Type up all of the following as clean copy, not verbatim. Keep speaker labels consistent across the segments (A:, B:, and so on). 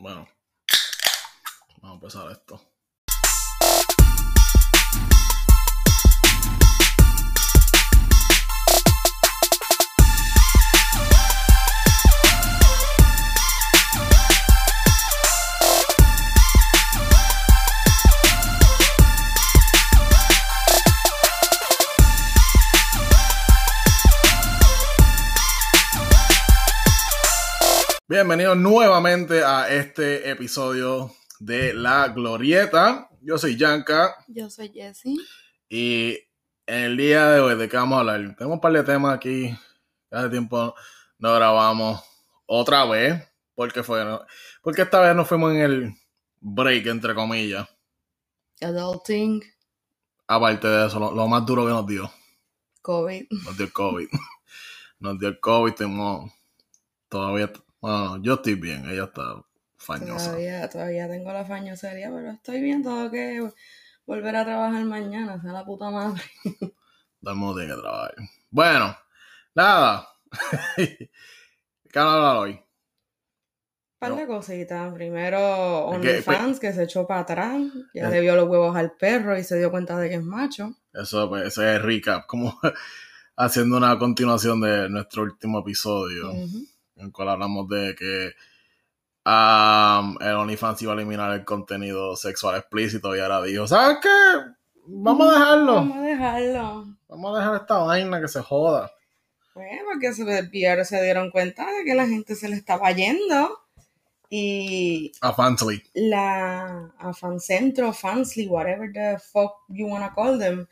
A: Bueno, vamos a empezar esto. Bienvenidos nuevamente a este episodio de La Glorieta. Yo soy Yanka.
B: Yo soy Jessie.
A: Y en el día de hoy, ¿de qué vamos a hablar? Tenemos un par de temas aquí. Hace tiempo no grabamos otra vez. Porque esta vez nos fuimos en el break, entre comillas.
B: Adulting.
A: Aparte de eso, lo más duro que nos dio.
B: COVID.
A: Nos dio el COVID. Nos dio el COVID. Todavía... Bueno, yo estoy bien, ella está fañosa.
B: Todavía tengo la fañosería, pero estoy bien, tengo que volver a trabajar mañana, sea la puta madre.
A: Todo el mundo tiene que trabajar. Bueno, nada. ¿Qué van a hablar hoy?
B: Un par de cositas. Primero, OnlyFans, que se echó para atrás, ya le vio los huevos al perro y se dio cuenta de que es macho.
A: Eso pues, ese es el recap, como haciendo una continuación de nuestro último episodio. Uh-huh. En el cual hablamos de que el OnlyFans iba a eliminar el contenido sexual explícito y ahora dijo, ¿sabes qué? Vamos a dejarlo. Vamos a dejar esta vaina que se joda.
B: Bueno, porque se dieron cuenta de que la gente se le estaba yendo y...
A: A Fansly.
B: A Fancentro, Fansly, whatever the fuck you wanna call them.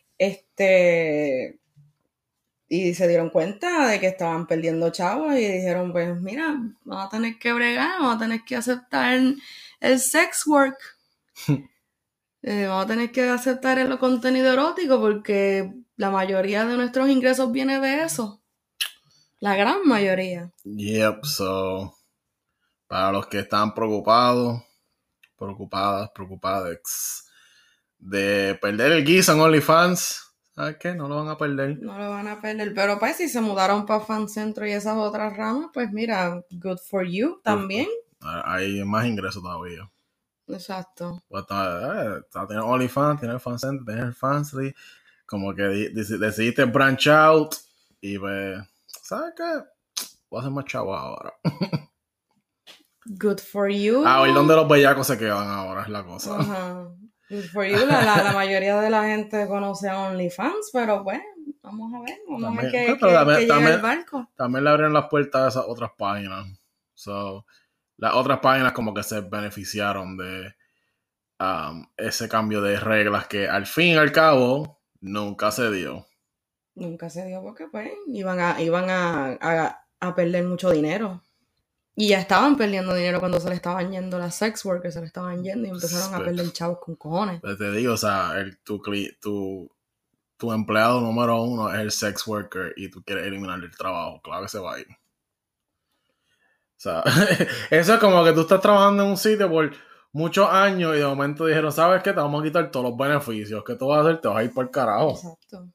B: Y se dieron cuenta de que estaban perdiendo chavos y dijeron, pues mira, vamos a tener que bregar, vamos a tener que aceptar el sex work. Vamos a tener que aceptar el contenido erótico porque la mayoría de nuestros ingresos viene de eso. La gran mayoría.
A: Yep, so para los que están preocupadas de perder el guiso en OnlyFans, ¿sabes qué? No lo van a perder.
B: No lo van a perder, pero pues si se mudaron para Fancentro y esas otras ramas, pues mira, good for you también.
A: Hay más ingresos todavía.
B: Exacto.
A: Tienes OnlyFans, tienes Fancentro, tienes el Fansly, como que decidiste branch out y pues, ¿sabes qué? Voy a hacer más chavo ahora.
B: Good for you.
A: A ver dónde los bellacos se quedan ahora, es la cosa.
B: Uh-huh. Good for you. La mayoría de la gente conoce a OnlyFans, pero bueno, vamos a ver. Vamos a ver que llega el barco.
A: También le abrieron las puertas a esas otras páginas. So, las otras páginas como que se beneficiaron de ese cambio de reglas que al fin y al cabo nunca se dio.
B: Nunca se dio porque pues iban a perder mucho dinero. Y ya estaban perdiendo dinero cuando se le estaban yendo las sex workers, se le estaban yendo y empezaron a perder chavos con cojones.
A: Pero te digo, o sea, tu empleado número uno es el sex worker y tú quieres eliminar el trabajo. Claro que se va a ir. O sea, eso es como que tú estás trabajando en un sitio por muchos años y de momento dijeron, ¿sabes qué? Te vamos a quitar todos los beneficios. ¿Qué tú vas a hacer? Te vas a ir por el carajo.
B: Exacto.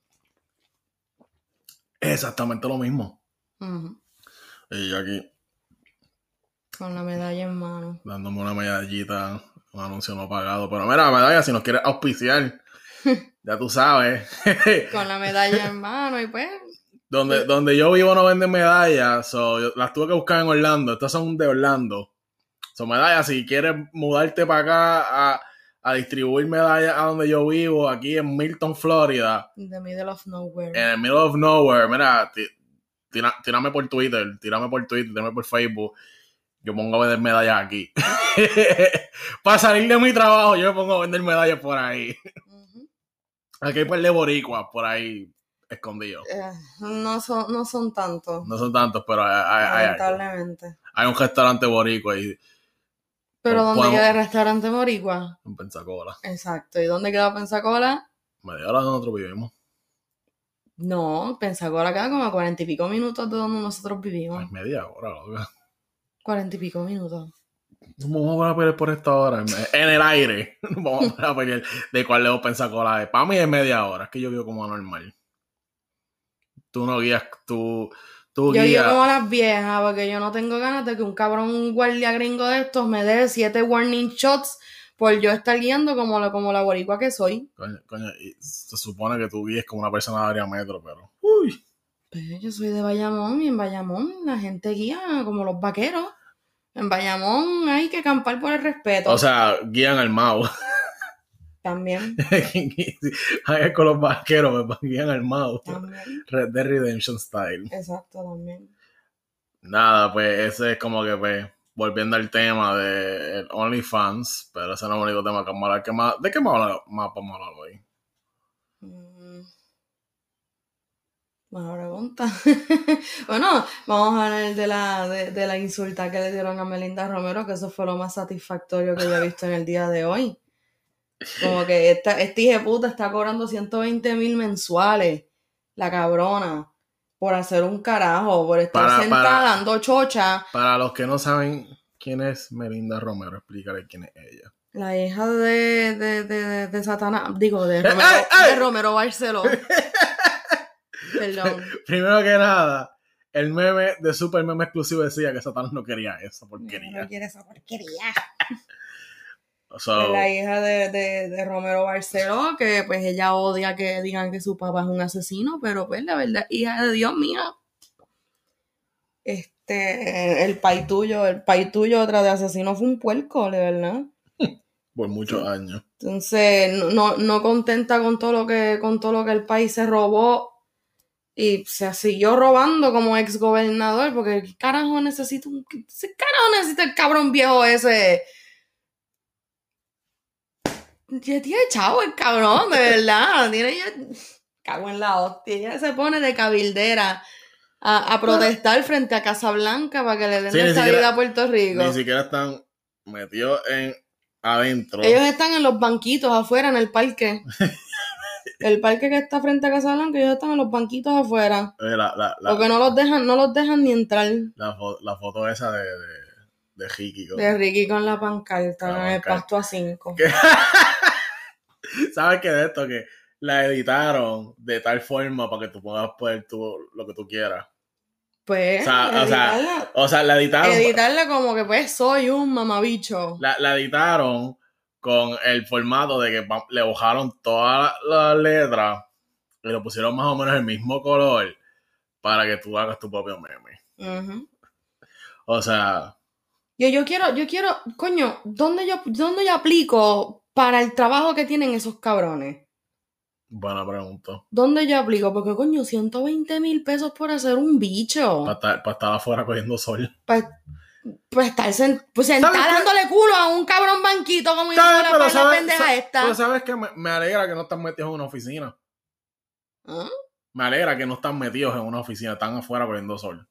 A: Exactamente lo mismo.
B: Uh-huh.
A: Y yo aquí...
B: Con la medalla en mano.
A: Dándome una medallita, un anuncio no pagado. Pero mira, medalla, si nos quieres auspiciar, ya tú sabes.
B: Con la medalla en mano y pues...
A: Donde yo vivo no venden medallas, yo las tuve que buscar en Orlando. Estas son de Orlando. Son medallas, si quieres mudarte para acá a distribuir medallas a donde yo vivo, aquí en Milton, Florida.
B: In the middle of nowhere.
A: En el middle of nowhere. Mira, tírame por Twitter, tírame por Facebook. Yo pongo a vender medallas aquí. Para salir de mi trabajo, yo me pongo a vender medallas por ahí. Uh-huh. Aquí hay un par de boricuas por ahí escondidos.
B: No son tantos.
A: No son tantos, pero
B: lamentablemente.
A: Hay un restaurante boricua ahí.
B: ¿Pero dónde queda el restaurante boricua?
A: En Pensacola.
B: Exacto. ¿Y dónde queda Pensacola?
A: Media hora de donde nosotros vivimos.
B: No, Pensacola queda como a 40 y pico minutos de donde nosotros vivimos.
A: Es media hora, loca.
B: 40 y pico minutos.
A: Vamos a pelear por esta hora. En el aire. Vamos a pelear de cuál lejos Pensacola es. Para mí es media hora. Es que yo vivo como anormal. Tú no guías. Tú Tú
B: Yo
A: guía.
B: como a las viejas, porque yo no tengo ganas de que un cabrón guardia gringo de estos me dé 7 warning shots por yo estar guiando como la boricua que soy.
A: Coño, y se supone que tú guíes como una persona de área metro, pero... Uy.
B: Pues yo soy de Bayamón y en Bayamón la gente guía como los vaqueros. En Bayamón hay que acampar por el respeto.
A: O sea, guían al Mao.
B: También.
A: Hay con los vaqueros, me guían al Mao.
B: También.
A: Red Dead Redemption style.
B: Exacto, también.
A: Nada, pues ese es como que, pues, volviendo al tema de OnlyFans, pero ese no es el único tema que vamos a hablar. ¿De qué más vamos a hablar hoy?
B: Buena pregunta. Bueno, vamos a hablar de la insulta que le dieron a Melinda Romero, que eso fue lo más satisfactorio que yo he visto en el día de hoy. Como que esta hijeputa está cobrando 120,000 mensuales, la cabrona, por hacer un carajo, por estar sentada dando chocha.
A: Para los que no saben quién es Melinda Romero, explícale quién es ella.
B: La hija de Satanás, digo, de Romero Barceló. Perdón.
A: Primero que nada, el meme de Super Meme exclusivo decía que Satanás no quería esa porquería.
B: No quiere esa porquería.
A: So,
B: la hija de Romero Barceló, que pues ella odia que digan que su papá es un asesino, pero pues la verdad, hija de Dios mía. El pai tuyo otra de asesino fue un puerco, de verdad.
A: Por muchos años.
B: Entonces, no contenta con todo lo que el país se robó y se siguió robando como ex gobernador, porque ¿qué carajo necesita el cabrón viejo ese? Ya tiene chavo el cabrón, de verdad. Cago en la hostia. Ella se pone de cabildera a protestar frente a Casablanca para que le den esta vida a Puerto Rico.
A: Ni siquiera están metidos adentro.
B: Ellos están en los banquitos afuera, en el parque. El parque que está frente a Casablanca, ellos están en los banquitos afuera. Porque no los dejan ni entrar.
A: La foto esa de Ricky.
B: De Ricky con la pancarta en el pasto a 5.
A: ¿Sabes qué de esto? Que la editaron de tal forma para que tú puedas poner lo que tú quieras.
B: Pues,
A: o sea, la editaron.
B: Editarla como que pues soy un mamabicho.
A: La editaron con el formato de que le bajaron todas las letras y lo pusieron más o menos el mismo color para que tú hagas tu propio meme.
B: Uh-huh.
A: O sea...
B: Yo quiero, coño, ¿dónde yo aplico para el trabajo que tienen esos cabrones?
A: Buena pregunta.
B: ¿Dónde yo aplico? Porque, coño, 120,000 pesos por hacer un bicho.
A: Para estar afuera cogiendo sol.
B: Pues estar sentada dándole culo a un cabrón banquito como hizo la pendeja esta.
A: Pero sabes que me alegra que no están metidos en una oficina.
B: ¿Ah?
A: Me alegra que no están metidos en una oficina, están afuera cogiendo sol.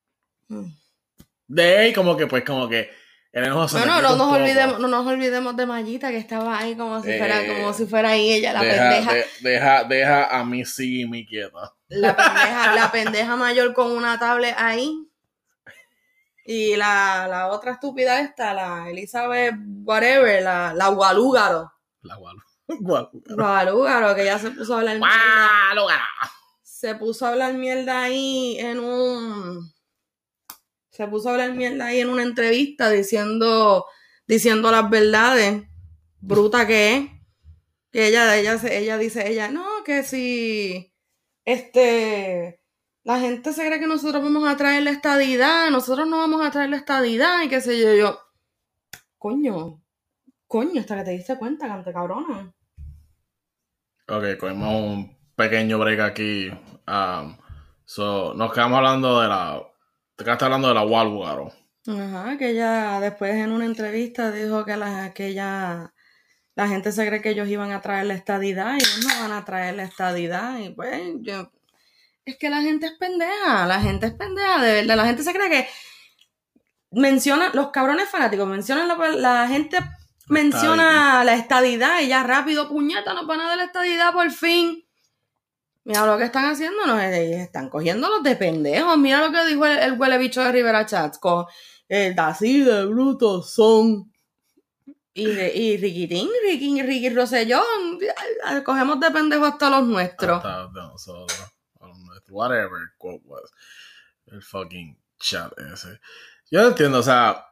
A: De ahí como que el enojo se
B: no nos olvidemos de Mayita, que estaba ahí como si fuera ahí ella, la pendeja.
A: Deja a mí sí y mi quieta.
B: La pendeja mayor con una tablet ahí. Y la otra estúpida esta, la Elizabeth whatever, la Gualúgaro. Gualúgaro, que ya se puso a hablar mierda. Se puso a hablar mierda ahí en una entrevista diciendo las verdades. Bruta que es. Que ella dice, no, que si la gente se cree que nosotros vamos a traer la estadidad, nosotros no vamos a traer la estadidad y qué sé yo. Coño, hasta que te diste cuenta, cante cabrona.
A: Ok, cogemos un pequeño break aquí. Nos quedamos hablando de la Walgaro.
B: Ajá, que ella después en una entrevista dijo que la gente se cree que ellos iban a traer la estadidad y ellos no van a traer la estadidad. Y pues es que la gente es pendeja, de verdad. La gente se cree que los cabrones fanáticos mencionan la gente menciona la estadidad y ya rápido, puñeta, nos van a dar la estadidad por fin. Mira lo que están haciendo, están cogiéndolos de pendejos. Mira lo que dijo el huele bicho de Rivera Chats, así de brutos son. Y Ricky Rosselló, cogemos de pendejos hasta los nuestros.
A: Hasta nosotros, whatever quote was. El fucking chat ese. Yo no entiendo, o sea,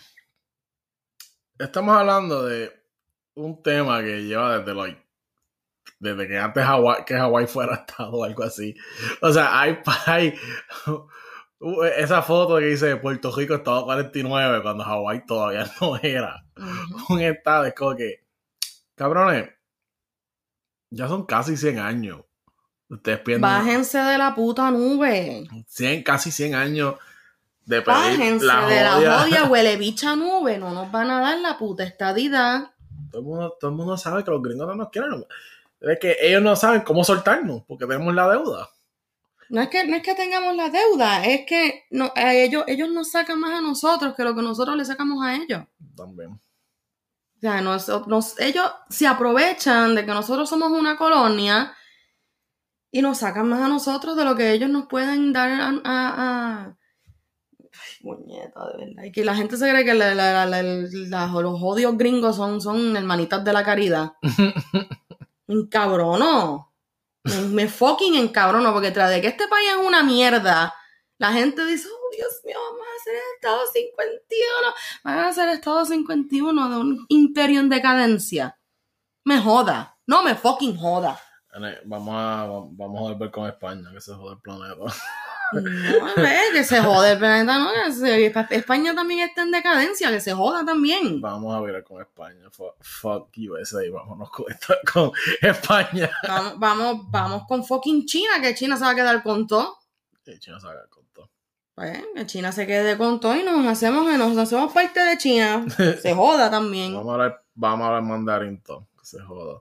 A: estamos hablando de un tema que lleva desde que antes Hawái fuera estado o algo así. O sea, hay esa foto que dice Puerto Rico estado 49 cuando Hawái todavía no era un estado. Es como que, cabrones, ya son casi 100 años. Ustedes piensan.
B: Bájense de la puta nube.
A: Casi 100 años de pedir
B: Bájense de la jodida huele bicha nube. No nos van a dar la puta estadidad.
A: Todo el mundo sabe que los gringos no nos quieren. Es que ellos no saben cómo soltarnos porque tenemos la deuda.
B: No es que tengamos la deuda, es que no, ellos nos sacan más a nosotros que lo que nosotros le sacamos a ellos.
A: También.
B: O sea, ellos se aprovechan de que nosotros somos una colonia y nos sacan más a nosotros de lo que ellos nos pueden dar Ay, muñeca, de verdad. Y que la gente se cree que los odios gringos son hermanitas de la caridad. Encabrono. Me fucking encabrono, porque tras de que este país es una mierda, la gente dice, oh Dios mío, vamos a hacer el Estado 51, van a hacer el Estado 51 de un imperio en decadencia. Me joda, no me fucking joda.
A: Vamos a volver con España, que se jode el planeta.
B: No, que se jode el planeta, ¿no? España también está en decadencia, que se joda también.
A: Vamos a ver con España. Fuck USA, vámonos con España.
B: Vamos con fucking China, que China se va a quedar con todo.
A: Sí, China se va a quedar con todo.
B: Pues, que China se quede con todo y nos hacemos parte de China. Se joda también.
A: Vamos a hablar mandarín todo, que se joda.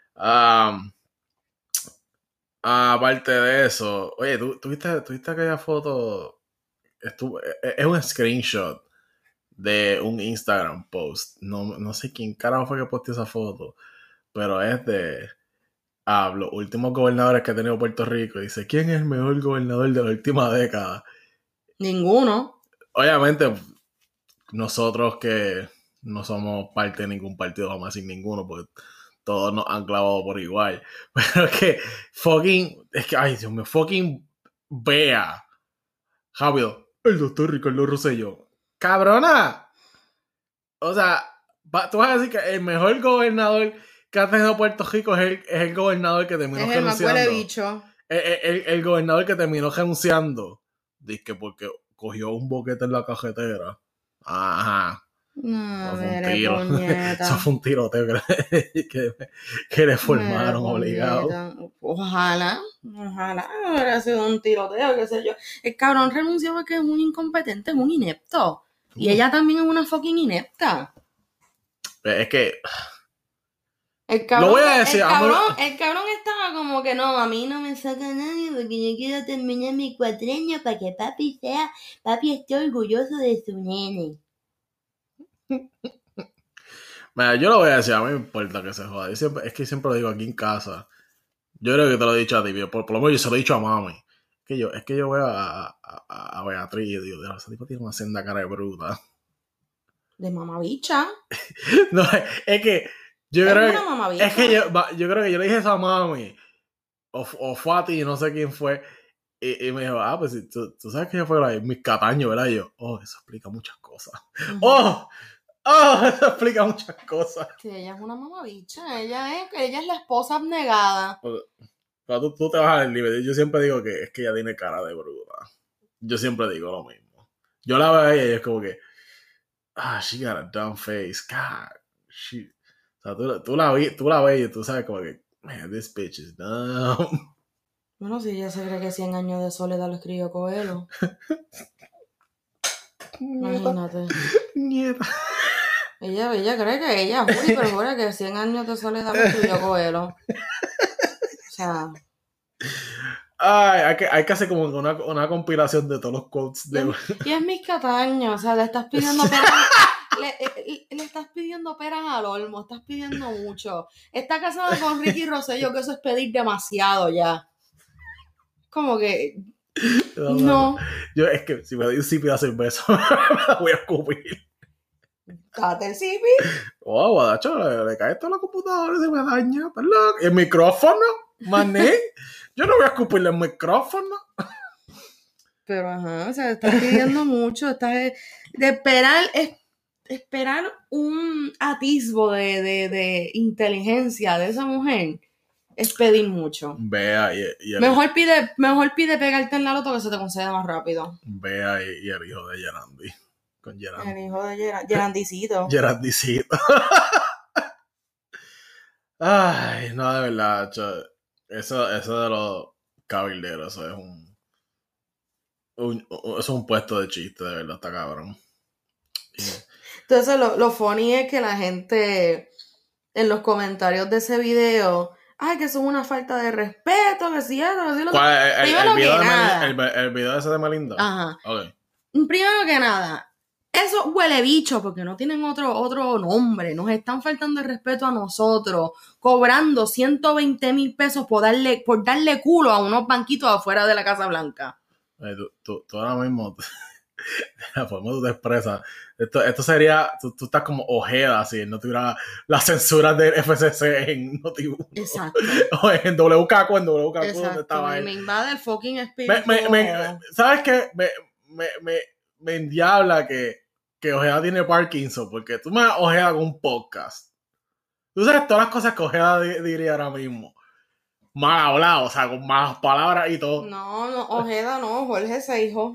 A: Aparte de eso, oye, ¿tuviste aquella foto? Es un screenshot de un Instagram post. No sé quién carajo fue que posteó esa foto, pero es de los últimos gobernadores que ha tenido Puerto Rico. Dice, ¿quién es el mejor gobernador de la última década?
B: Ninguno.
A: Obviamente, nosotros que no somos parte de ningún partido, vamos a decir ninguno, porque todos nos han clavado por igual. Pero que ay Dios mío, fucking vea rápido, el doctor Ricardo Rosselló. ¡Cabrona! O sea, tú vas a decir que el mejor gobernador que ha tenido Puerto Rico es el gobernador que terminó renunciando. El gobernador que terminó renunciando. Dice que porque cogió un boquete en la cajetera. Ajá.
B: No,
A: eso fue un tiroteo que le formaron obligado.
B: Ojalá hubiera sido un tiroteo, qué sé yo. El cabrón renunció porque es un incompetente, es un inepto. Y ella también es una fucking inepta.
A: Es que
B: el cabrón,
A: lo voy a decir,
B: el cabrón estaba como que no, a mí no me saca nadie porque yo quiero terminar mi cuatrenio para que papi esté orgulloso de su nene.
A: Mira, yo lo voy a decir, a mí me importa que se joda. Es que siempre lo digo aquí en casa. Yo creo que te lo he dicho a ti, por lo menos yo se lo he dicho a mami. Es que yo veo a Beatriz y digo, esa tipo tiene una senda cara de bruta.
B: De mamabicha.
A: No, es que yo creo que yo le dije eso a mami. O fue a ti, no sé quién fue. Y me dijo, pues tú sabes que ella fue la Miss Cataño, ¿verdad? Y yo, eso explica muchas cosas.
B: Uh-huh.
A: Eso explica muchas cosas.
B: Sí, ella es una mamabicha. Ella es la esposa abnegada.
A: Pero tú te vas al nivel. Yo siempre digo que es que ella tiene cara de bruta. Yo siempre digo lo mismo. Yo la veo a ella y es como que, she got a dumb face. God, o sea, tú la ves y tú sabes como que, man, this bitch is dumb.
B: Bueno, si ella se cree que 100 años de soledad lo escribió Coelho. Imagínate.
A: Nieta.
B: Ella cree que ella jura que 100 años de soledad lo escribió Coelho. O sea.
A: Ay, hay que hacer como una compilación de todos los quotes de...
B: Y es Miss Cataño, o sea, le estás pidiendo peras. Le estás pidiendo peras al olmo, estás pidiendo mucho. Está casada con Ricky Rosselló, que eso es pedir demasiado ya. Como que. No.
A: Yo es que si me doy un sipi de cerveza, me la voy a escupir.
B: Date el sipi.
A: Guadacho, le cae toda la computadora y se me daña, ¿verdad? ¿Y el micrófono? Mané. Yo no voy a escupirle el micrófono.
B: Pero ajá, o sea, estás pidiendo mucho, estás de esperar un atisbo de inteligencia de esa mujer es pedir mucho.
A: Vea
B: Mejor pide pegarte en la loto que se te conceda más rápido.
A: Vea y el hijo de Gerandi. Con Gerandi.
B: El hijo de Gerandicito.
A: Gerandicito. Ay, no, de verdad, eso de los cabilderos, eso es un puesto de chiste, de verdad, está cabrón.
B: Entonces, lo funny es que la gente en los comentarios de ese video, ay, que eso es una falta de respeto, que si eso, que si lo otro.
A: El video ese de Melinda.
B: Ajá.
A: Okay.
B: Primero que nada, eso huele bicho porque no tienen otro nombre. Nos están faltando el respeto a nosotros, cobrando 120,000 pesos por darle culo a unos banquitos afuera de la Casa Blanca.
A: Tú ahora mismo, la forma tú te expresas, esto sería, tú estás como Ojeda, si no tuviera las censuras del FCC en Noti1.
B: Exacto.
A: O en WKQ,
B: Exacto.
A: donde estaba
B: Me invade el fucking espíritu.
A: ¿Sabes qué? Me endiabla que Ojeda tiene Parkinson, porque tú me das Ojeda con un podcast. Tú sabes todas las cosas que Ojeda diría ahora mismo. Mal hablado, o sea, con malas palabras y todo.
B: No, Ojeda no, Jorge Seijo.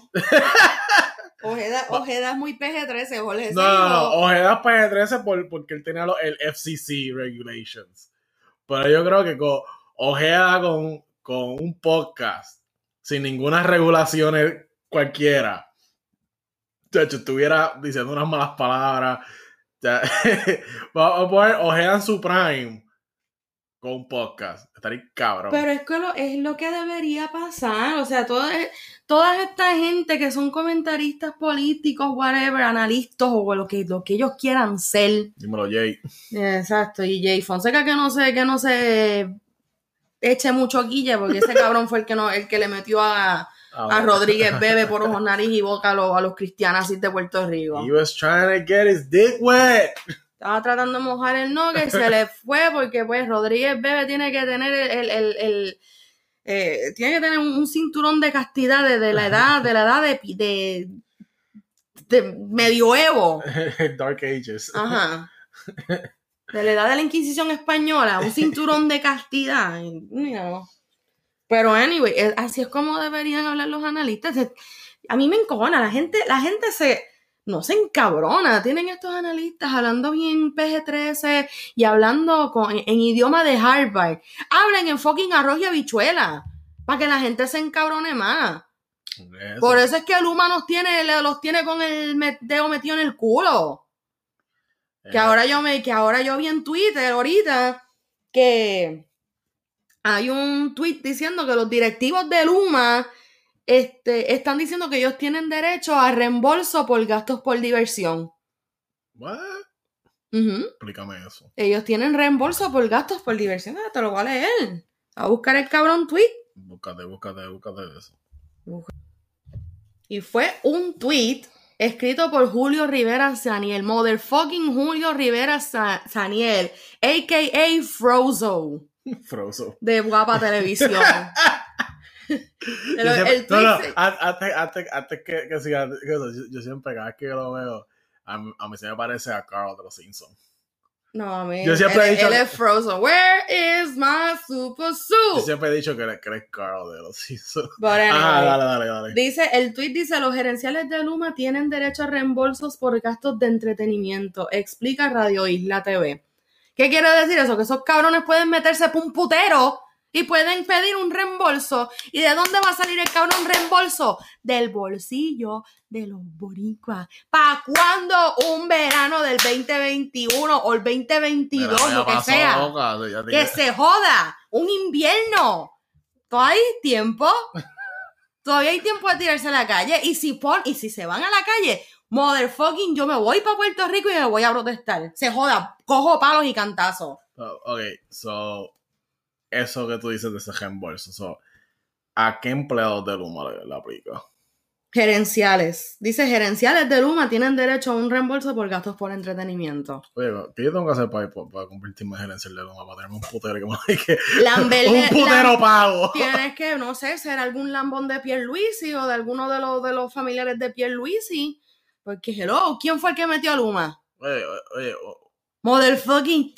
B: Ojeda es muy PG-13, Jorge Seijo.
A: No, Ojeda es PG-13 porque él tenía el FCC regulations. Pero yo creo que Ojeda con un podcast, sin ninguna regulación cualquiera, estuviera diciendo unas malas palabras. Vamos a poner Ojeda en su prime con un podcast. Estaría cabrón.
B: Pero es que es lo que debería pasar. O sea, toda esta gente que son comentaristas políticos, whatever, analistas o lo que ellos quieran ser.
A: Dímelo, Jay.
B: Exacto. Y Jay Fonseca que no se eche mucho guille, porque ese cabrón fue el que le metió a Rodríguez Bebe por ojos, nariz y boca a los cristianos de Puerto Rico.
A: He was trying to get his dick wet.
B: Estaba tratando de mojar el nugget y se le fue porque pues Rodríguez Bebe tiene que tener tiene que tener un cinturón de castidad de la edad de medioevo.
A: Dark Ages.
B: Ajá. De la edad de la Inquisición española, un cinturón de castidad. No. Pero anyway, así es como deberían hablar los analistas. A mí me encojona, la gente no se encabrona. Tienen estos analistas hablando bien PG-13 y hablando en idioma de Harvard. Hablen en fucking arroz y habichuela para que la gente se encabrone más. Eso. Por eso es que Luma los tiene con el dedo metido en el culo. Que ahora yo vi en Twitter ahorita que hay un tweet diciendo que los directivos de Luma están diciendo que ellos tienen derecho a reembolso por gastos por diversión.
A: ¿What? Explícame eso.
B: Ellos tienen reembolso por gastos por diversión. Te lo voy a leer. A buscar el cabrón tweet.
A: Búscate eso.
B: Y fue un tweet escrito por Julio Rivera Saniel. Motherfucking Julio Rivera Saniel. A.K.A. Frozo.
A: Frozo.
B: De Guapa Televisión.
A: Antes que siga, yo siempre, cada vez que yo lo veo, a mí se me parece a Carl de los Simpsons.
B: No, a mí.
A: Yo siempre he dicho.
B: Él es Frozen. Where is my super suit?
A: Yo siempre he dicho que eres Carl de los Simpsons.
B: Anyway,
A: dale.
B: El tweet dice: los gerenciales de Luma tienen derecho a reembolsos por gastos de entretenimiento. Explica Radio Isla TV. ¿Qué quiere decir eso? Que esos cabrones pueden meterse por un putero y pueden pedir un reembolso. ¿Y de dónde va a salir el cabrón reembolso? Del bolsillo de los boricuas. ¿Para cuándo un verano del 2021 o el 2022, lo que sea? Loca, que se joda. Un invierno. ¿Todavía hay tiempo? Todavía hay tiempo de tirarse a la calle. Y si se van a la calle, motherfucking, yo me voy para Puerto Rico y me voy a protestar. Se joda. Cojo palos y cantazos.
A: So eso que tú dices de ese reembolso, ¿a qué empleados de Luma le aplica?
B: Gerenciales. Dice, gerenciales de Luma tienen derecho a un reembolso por gastos por entretenimiento.
A: Oye, ¿qué yo tengo que hacer para convertirme en gerencial de Luma? Para tenerme un putero que
B: Lamberle,
A: un putero pago.
B: Tienes que, no sé, ser algún lambón de Pierluisi o de alguno de los familiares de Pierluisi. Porque, hello, ¿quién fue el que metió a Luma?
A: Oye.
B: Motherfucking.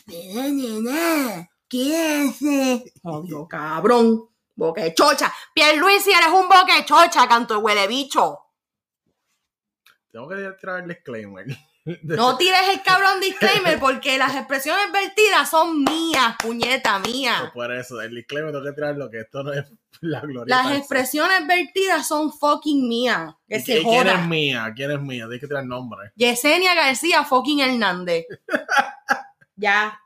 B: ¿Qué hace? Odio, cabrón. Boquechocha. Pierluisi, eres un boquechocha, canto de huele bicho.
A: Tengo que tirar el disclaimer.
B: No tires el cabrón disclaimer porque las expresiones vertidas son mías, puñeta mía.
A: No, por eso, el disclaimer tengo que tirarlo, que esto no es la gloria.
B: Las expresiones vertidas son fucking mías. Que se joda.
A: ¿Quién es mía? ¿Quién es mía? Tienes que tirar nombre.
B: Yesenia García fucking Hernández. Ya.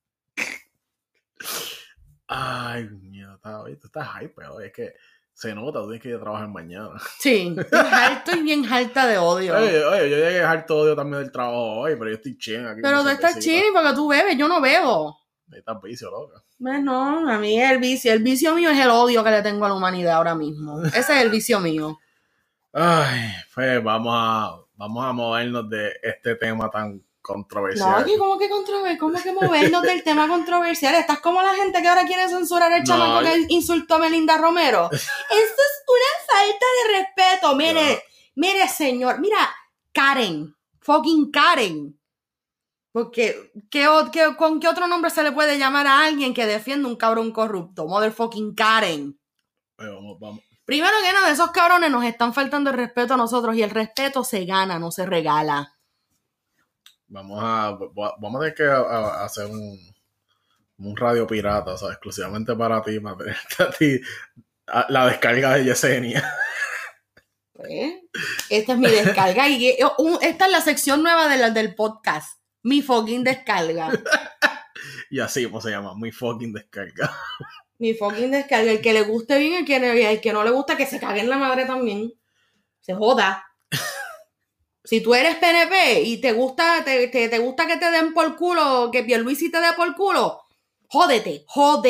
A: Ay, mierda, tú estás hype, pero es que se nota, tú tienes que ir a trabajar mañana.
B: Sí, estoy bien harta de odio.
A: Oye, yo llegué a harto odio también del trabajo hoy, pero yo estoy ching aquí.
B: Pero tú estás ching porque tú bebes, yo no bebo.
A: Estás vicio, loca.
B: No, a mí es el vicio. El vicio mío es el odio que le tengo a la humanidad ahora mismo. Ese es el vicio mío.
A: Ay, pues vamos a movernos de este tema tan controversial.
B: No, aquí ¿cómo que movernos del tema controversial? Estás como la gente que ahora quiere censurar el chamaco que insultó a Melinda Romero. Esto es una falta de respeto. Mire, señor. Mira, Karen. Fucking Karen. Porque, ¿con qué otro nombre se le puede llamar a alguien que defiende un cabrón corrupto? Motherfucking Karen.
A: Vamos.
B: Primero que nada, esos cabrones nos están faltando el respeto a nosotros y el respeto se gana, no se regala.
A: Vamos a tener que hacer un radio pirata, o sea, exclusivamente para ti, para tenerte a ti la descarga de Yesenia.
B: Pues, esta es mi descarga y esta es la sección nueva del podcast. Mi fucking descarga.
A: Y así pues se llama, mi fucking descarga.
B: Mi fucking descarga. El que le guste bien, el que no le gusta, que se cague en la madre también. Se joda. Si tú eres PNP y te gusta que te den por culo, que Pierluisi te dé por culo, jódete.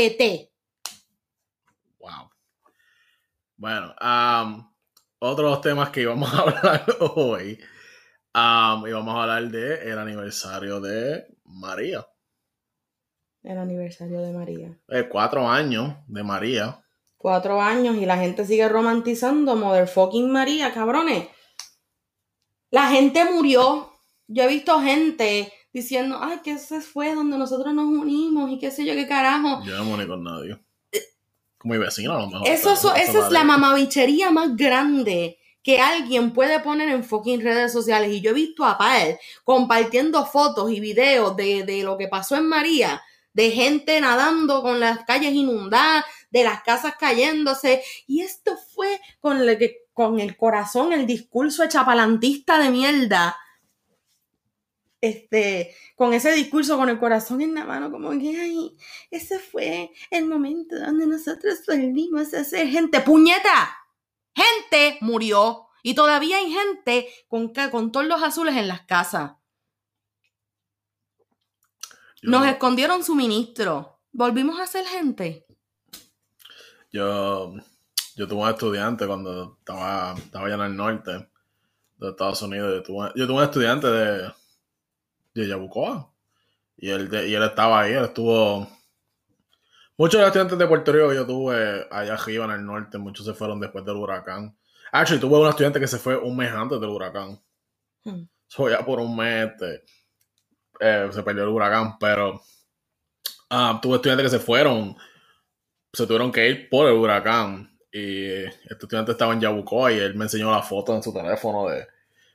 A: Wow. Bueno, otros temas que íbamos a hablar hoy. Íbamos a hablar del aniversario de María.
B: El aniversario de María.
A: 4 años de María.
B: 4 años y la gente sigue romantizando motherfucking María, cabrones. La gente murió. Yo he visto gente diciendo, ay, que ese fue donde nosotros nos unimos y qué sé yo, qué carajo.
A: Yo no me uní con nadie. Con mi vecino a lo mejor.
B: Esa es la mamabichería más grande que alguien puede poner en fucking redes sociales. Y yo he visto a Pael compartiendo fotos y videos de lo que pasó en María, de gente nadando con las calles inundadas, de las casas cayéndose. Y esto fue con el corazón, el discurso echapalantista de mierda. Con ese discurso, con el corazón en la mano, como que, ay, ese fue el momento donde nosotros volvimos a ser gente. ¡Puñeta! Gente murió y todavía hay gente con tordos azules en las casas. Nos escondieron suministros. ¿Volvimos a ser gente?
A: Yo tuve un estudiante cuando estaba allá en el norte de Estados Unidos. Yo tuve un estudiante de Yabucoa. Y él estaba ahí, él estuvo. Muchos de los estudiantes de Puerto Rico que yo tuve allá arriba en el norte, muchos se fueron después del huracán. Actually, tuve un estudiante que se fue un mes antes del huracán. So, ya por un mes se perdió el huracán, pero tuve estudiantes que se tuvieron que ir por el huracán. Y este estudiante estaba en Yabucoa y él me enseñó la foto en su teléfono de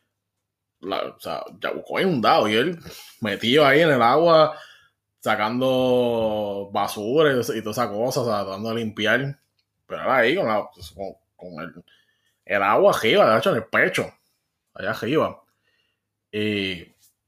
A: Yabucoa inundado y él metido ahí en el agua sacando basura y todas esas cosas, o sea, tratando de limpiar, pero era ahí con el agua arriba, de hecho en el pecho, allá arriba. Y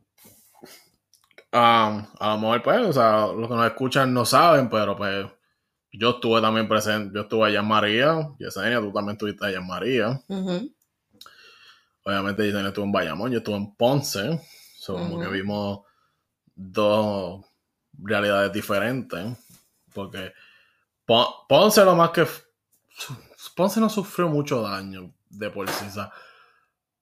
A: a lo mejor pues, o sea, los que nos escuchan no saben, pero pues yo estuve también presente, yo estuve allá en María, Yesenia, tú también estuviste allá en María.
B: Uh-huh.
A: Obviamente Yesenia estuvo en Bayamón, yo estuve en Ponce, como que vimos dos realidades diferentes, porque Ponce lo más que Ponce no sufrió mucho daño de por sí, o sea,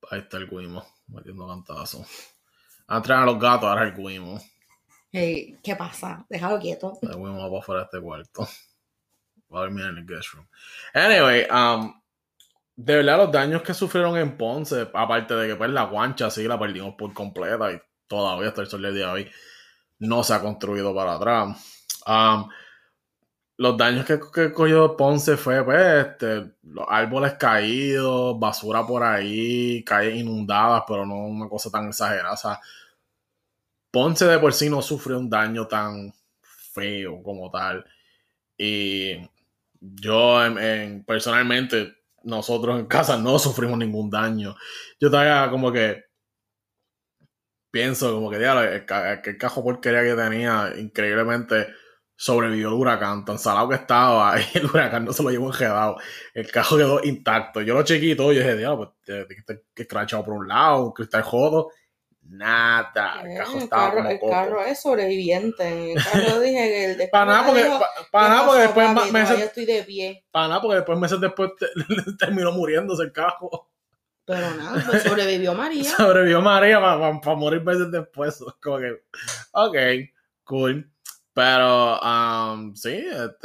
A: Ahí está el Guimo, metiendo cantazo. Antes eran los gatos, ahora es el Guimo.
B: Hey, ¿qué pasa? Déjalo quieto.
A: El Guimo va para afuera de este cuarto. Va a dormir en el guest room. Anyway, de verdad los daños que sufrieron en Ponce, aparte de que pues la guancha sí la perdimos por completa y todavía hasta el sol del día de hoy no se ha construido para atrás. Los daños que cogió Ponce fue pues, los árboles caídos, basura por ahí, calles inundadas, pero no una cosa tan exagerada. O sea, Ponce de por sí no sufrió un daño tan feo como tal. Y yo personalmente, nosotros en casa no sufrimos ningún daño. Yo todavía como que pienso como que diablo, el cajo porquería que tenía, increíblemente sobrevivió el huracán, tan salado que estaba, y el huracán no se lo llevó enjedado. El cajo quedó intacto. Yo lo chequeé todo, y yo dije, diablo, pues que escrachado por un lado, un cristal jodo. Nada, el cajo estaba como
B: el
A: coco.
B: carro es sobreviviente. El carro dije que el de
A: para nada, porque después
B: yo estoy de pie.
A: Para nada, porque después meses después terminó muriéndose el cajo.
B: Pero nada, pues sobrevivió María.
A: Sobrevivió María para morir meses después. Como que, ok, cool. Pero, sí,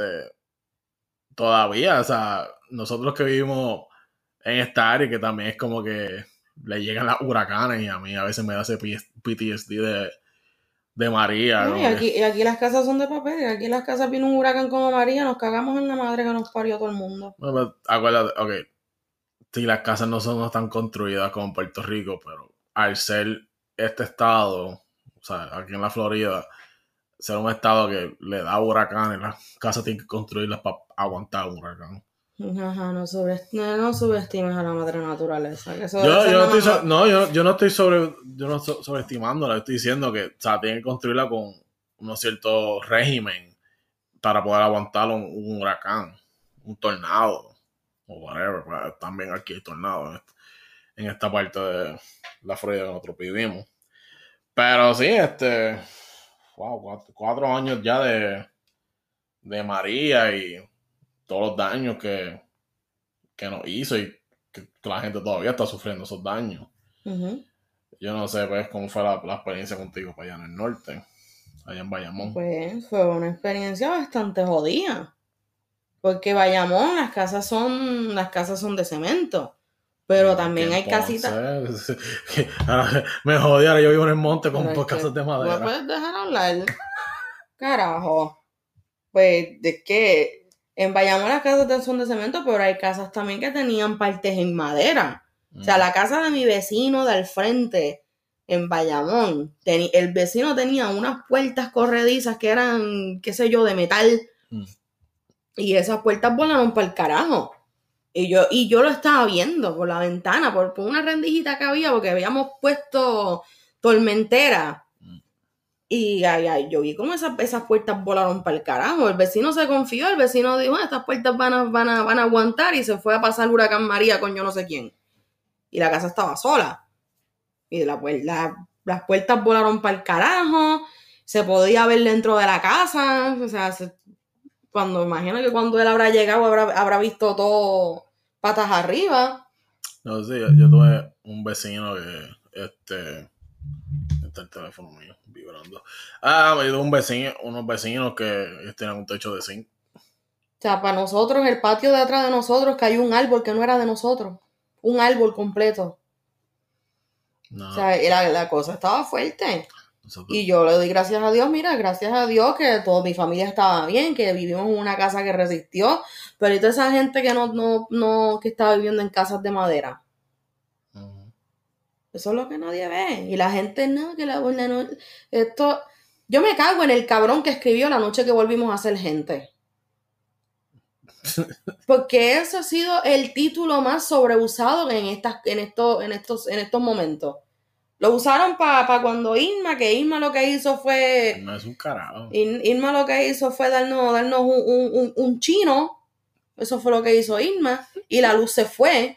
A: todavía, o sea, nosotros que vivimos en esta área, que también es como que le llegan las huracanes y a mí a veces me da ese PTSD de María.
B: No, y aquí las casas son de papel, y aquí las casas viene un huracán como María, nos cagamos en la madre que nos parió todo el mundo.
A: Bueno, acuérdate, ok, sí, las casas no son tan construidas como en Puerto Rico, pero al ser este estado, o sea, aquí en la Florida, ser un estado que le da huracanes, las casas tienen que construirlas para aguantar un huracán.
B: Ajá, no subestimes a la madre naturaleza. Que eso
A: yo no estoy sobreestimándola, estoy diciendo que, o sea, tienen que construirla con un cierto régimen para poder aguantar un huracán, un tornado, o whatever. También aquí hay tornados en esta parte de la Florida que nosotros vivimos. Pero sí, wow, 4 años ya de María y todos los daños que nos hizo y que la gente todavía está sufriendo esos daños.
B: Uh-huh.
A: Yo no sé pues cómo fue la experiencia contigo para allá en el norte, allá en Bayamón.
B: Pues fue una experiencia bastante jodida. Porque Bayamón, las casas son de cemento. Pero también hay casitas.
A: Me jodí, ahora yo vivo en el monte con casas de madera.
B: ¿Me puedes dejar hablar? Carajo. Pues es que en Bayamón las casas son de cemento, pero hay casas también que tenían partes en madera. O sea, la casa de mi vecino de al frente en Bayamón, el vecino tenía unas puertas corredizas que eran, qué sé yo, de metal. Y esas puertas volaron para el carajo. Y yo lo estaba viendo por la ventana, por una rendijita que había, porque habíamos puesto tormentera. Y yo vi cómo esas puertas volaron para el carajo. El vecino se confió, el vecino dijo, estas puertas van a aguantar, y se fue a pasar el huracán María con yo no sé quién. Y la casa estaba sola. Y las puertas volaron para el carajo, se podía ver dentro de la casa, o sea, imagino que cuando él habrá llegado habrá visto todo patas arriba.
A: No sé, yo tuve un vecino que está el teléfono mío vibrando. Me dio unos vecinos que tenían un techo de zinc.
B: O sea, para nosotros, el patio de atrás de nosotros cayó un árbol que no era de nosotros. Un árbol completo. No. O sea, la cosa estaba fuerte. Y yo le doy gracias a Dios, mira, gracias a Dios que toda mi familia estaba bien, que vivimos en una casa que resistió, pero y toda esa gente que que estaba viviendo en casas de madera. Eso es lo que nadie ve. Y la gente no, que yo me cago en el cabrón que escribió La noche que volvimos a ser gente. Porque eso ha sido el título más sobreusado en estos momentos. Lo usaron para cuando Irma lo que hizo fue...
A: No es un carajo.
B: Irma lo que hizo fue darnos un chino. Eso fue lo que hizo Irma. Y la luz se fue.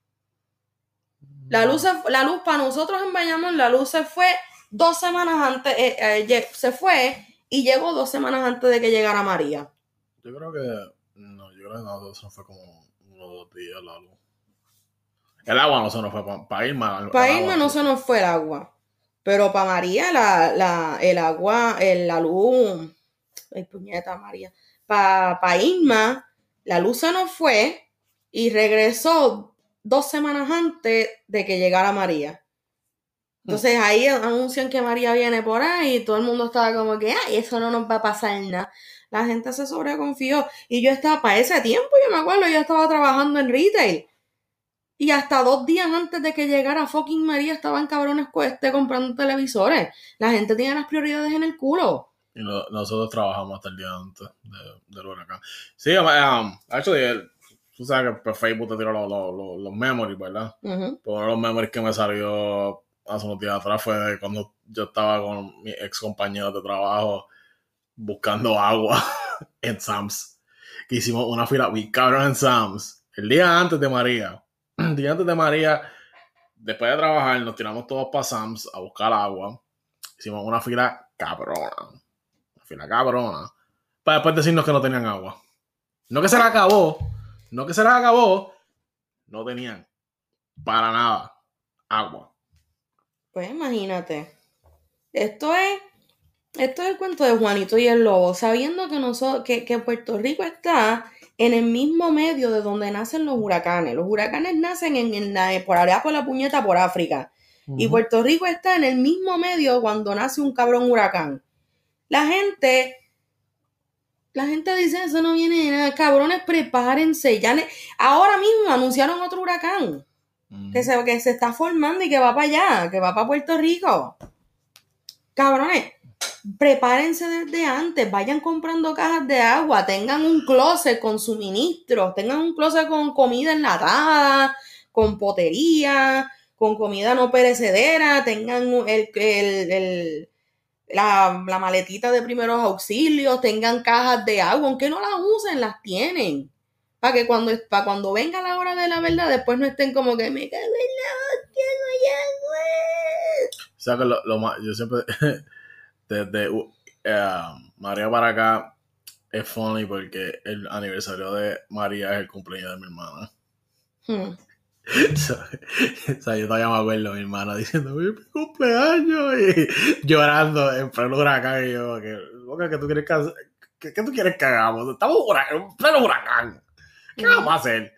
B: La luz para nosotros en Bayamón, la luz se fue 2 semanas antes. Se fue y llegó 2 semanas antes de que llegara María.
A: Yo creo que no, eso fue como 1 o 2 días la luz. El agua no se nos fue para Irma.
B: Para
A: El
B: Irma
A: agua,
B: no
A: sí.
B: se nos fue el agua. Pero para María, el agua, la luz. Ay, puñeta, María. Para Irma, la luz se nos fue y regresó 2 semanas antes de que llegara María. Entonces ahí anuncian que María viene por ahí y todo el mundo estaba como que, ay, eso no nos va a pasar nada. La gente se sobreconfió y yo estaba, para ese tiempo, yo me acuerdo, yo estaba trabajando en retail y hasta 2 días antes de que llegara fucking María estaban cabrones comprando televisores. La gente tiene las prioridades en el culo.
A: Y nosotros trabajamos hasta el día antes del huracán. Sí, actually, tú sabes que por Facebook te tiro los memories, ¿verdad?
B: Uh-huh.
A: Pero uno de los memories que me salió hace unos días atrás fue de cuando yo estaba con mis ex compañeros de trabajo buscando agua en Sam's. Que hicimos una fila bien cabrón en Sam's. El día antes de María. El día antes de María, después de trabajar, nos tiramos todos para Sam's a buscar agua. Hicimos una fila cabrona. Una fila cabrona. Para después decirnos que no tenían agua. No que se la acabó. No que se la acabó. No tenían para nada agua.
B: Pues imagínate. Esto es el cuento de Juanito y el Lobo, sabiendo que Puerto Rico está en el mismo medio de donde nacen los huracanes. Los huracanes nacen por allá por la puñeta por África. Y Puerto Rico está en el mismo medio cuando nace un cabrón huracán. La gente dice, eso no viene de nada. Cabrones, prepárense. Ahora mismo anunciaron otro huracán que se está formando y que va para allá, que va para Puerto Rico. Cabrones, prepárense desde antes, vayan comprando cajas de agua, tengan un closet con suministros, tengan un closet con comida enlatada, con potería, con comida no perecedera, tengan la maletita de primeros auxilios, tengan cajas de agua, aunque no las usen, las tienen. Para que cuando venga la hora de la verdad, después no estén como que me cago en la hostia, no hay agua.
A: O sea que yo siempre, desde María para acá, es funny porque el aniversario de María es el cumpleaños de mi hermana. O sea, yo todavía me acuerdo mi hermana diciendo mi cumpleaños y llorando en pleno huracán y yo, ¿qué tú quieres que hacer? ¿Qué tú quieres que hagamos? Estamos en pleno huracán. ¿Qué vamos a hacer?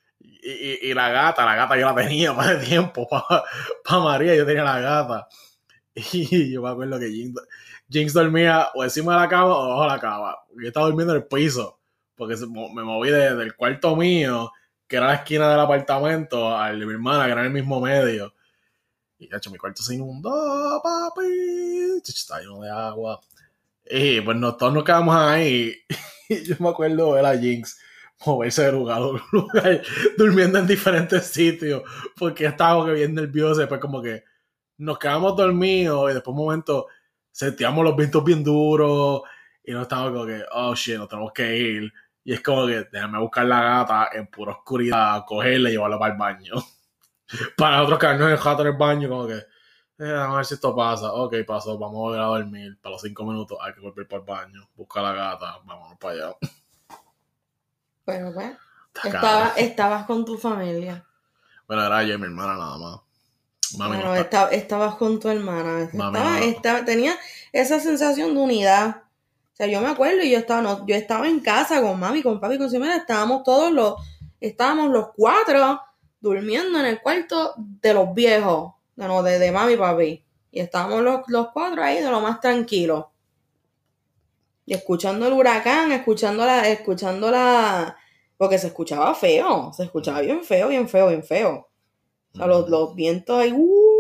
A: Y la gata yo la tenía más de tiempo para María, yo tenía la gata. Y yo me acuerdo que Jinx dormía o encima de la cama o abajo de la cama. Yo estaba durmiendo en el piso porque me moví del cuarto mío, que era la esquina del apartamento, al de mi hermana, que era en el mismo medio. Y de hecho, mi cuarto se inundó, papi. Está lleno de agua. Y pues todos nos quedamos ahí. Y yo me acuerdo ver a Jinx moverse de lugar a lugar, durmiendo en diferentes sitios, porque estaba bien nerviosa. Después, como que nos quedamos dormidos y después, un momento, sentíamos los vientos bien duros y nos estábamos como que, oh shit, nos tenemos que ir. Y es como que déjame buscar la gata en pura oscuridad, cogerla y llevarla para el baño. Para nosotros quedarnos en el jato en el baño, como que, vamos a ver si esto pasa. Ok, pasó, vamos a volver a dormir. Para los 5 minutos hay que volver para el baño, buscar la gata, vámonos para allá.
B: Pero pues, estabas con tu familia.
A: Bueno, era yo y mi hermana nada más. Mami
B: bueno,
A: no está.
B: estabas con tu hermana.
A: Mami
B: Tenía esa sensación de unidad. O sea, yo me acuerdo y yo estaba en casa con mami, con papi, con su hermana. Estábamos los 4 durmiendo en el cuarto de los viejos. De mami y papi. Y estábamos los 4 ahí de lo más tranquilo. Y escuchando el huracán, escuchando la... Porque se escuchaba feo. Se escuchaba bien feo, bien feo, bien feo. O sea, los vientos ahí...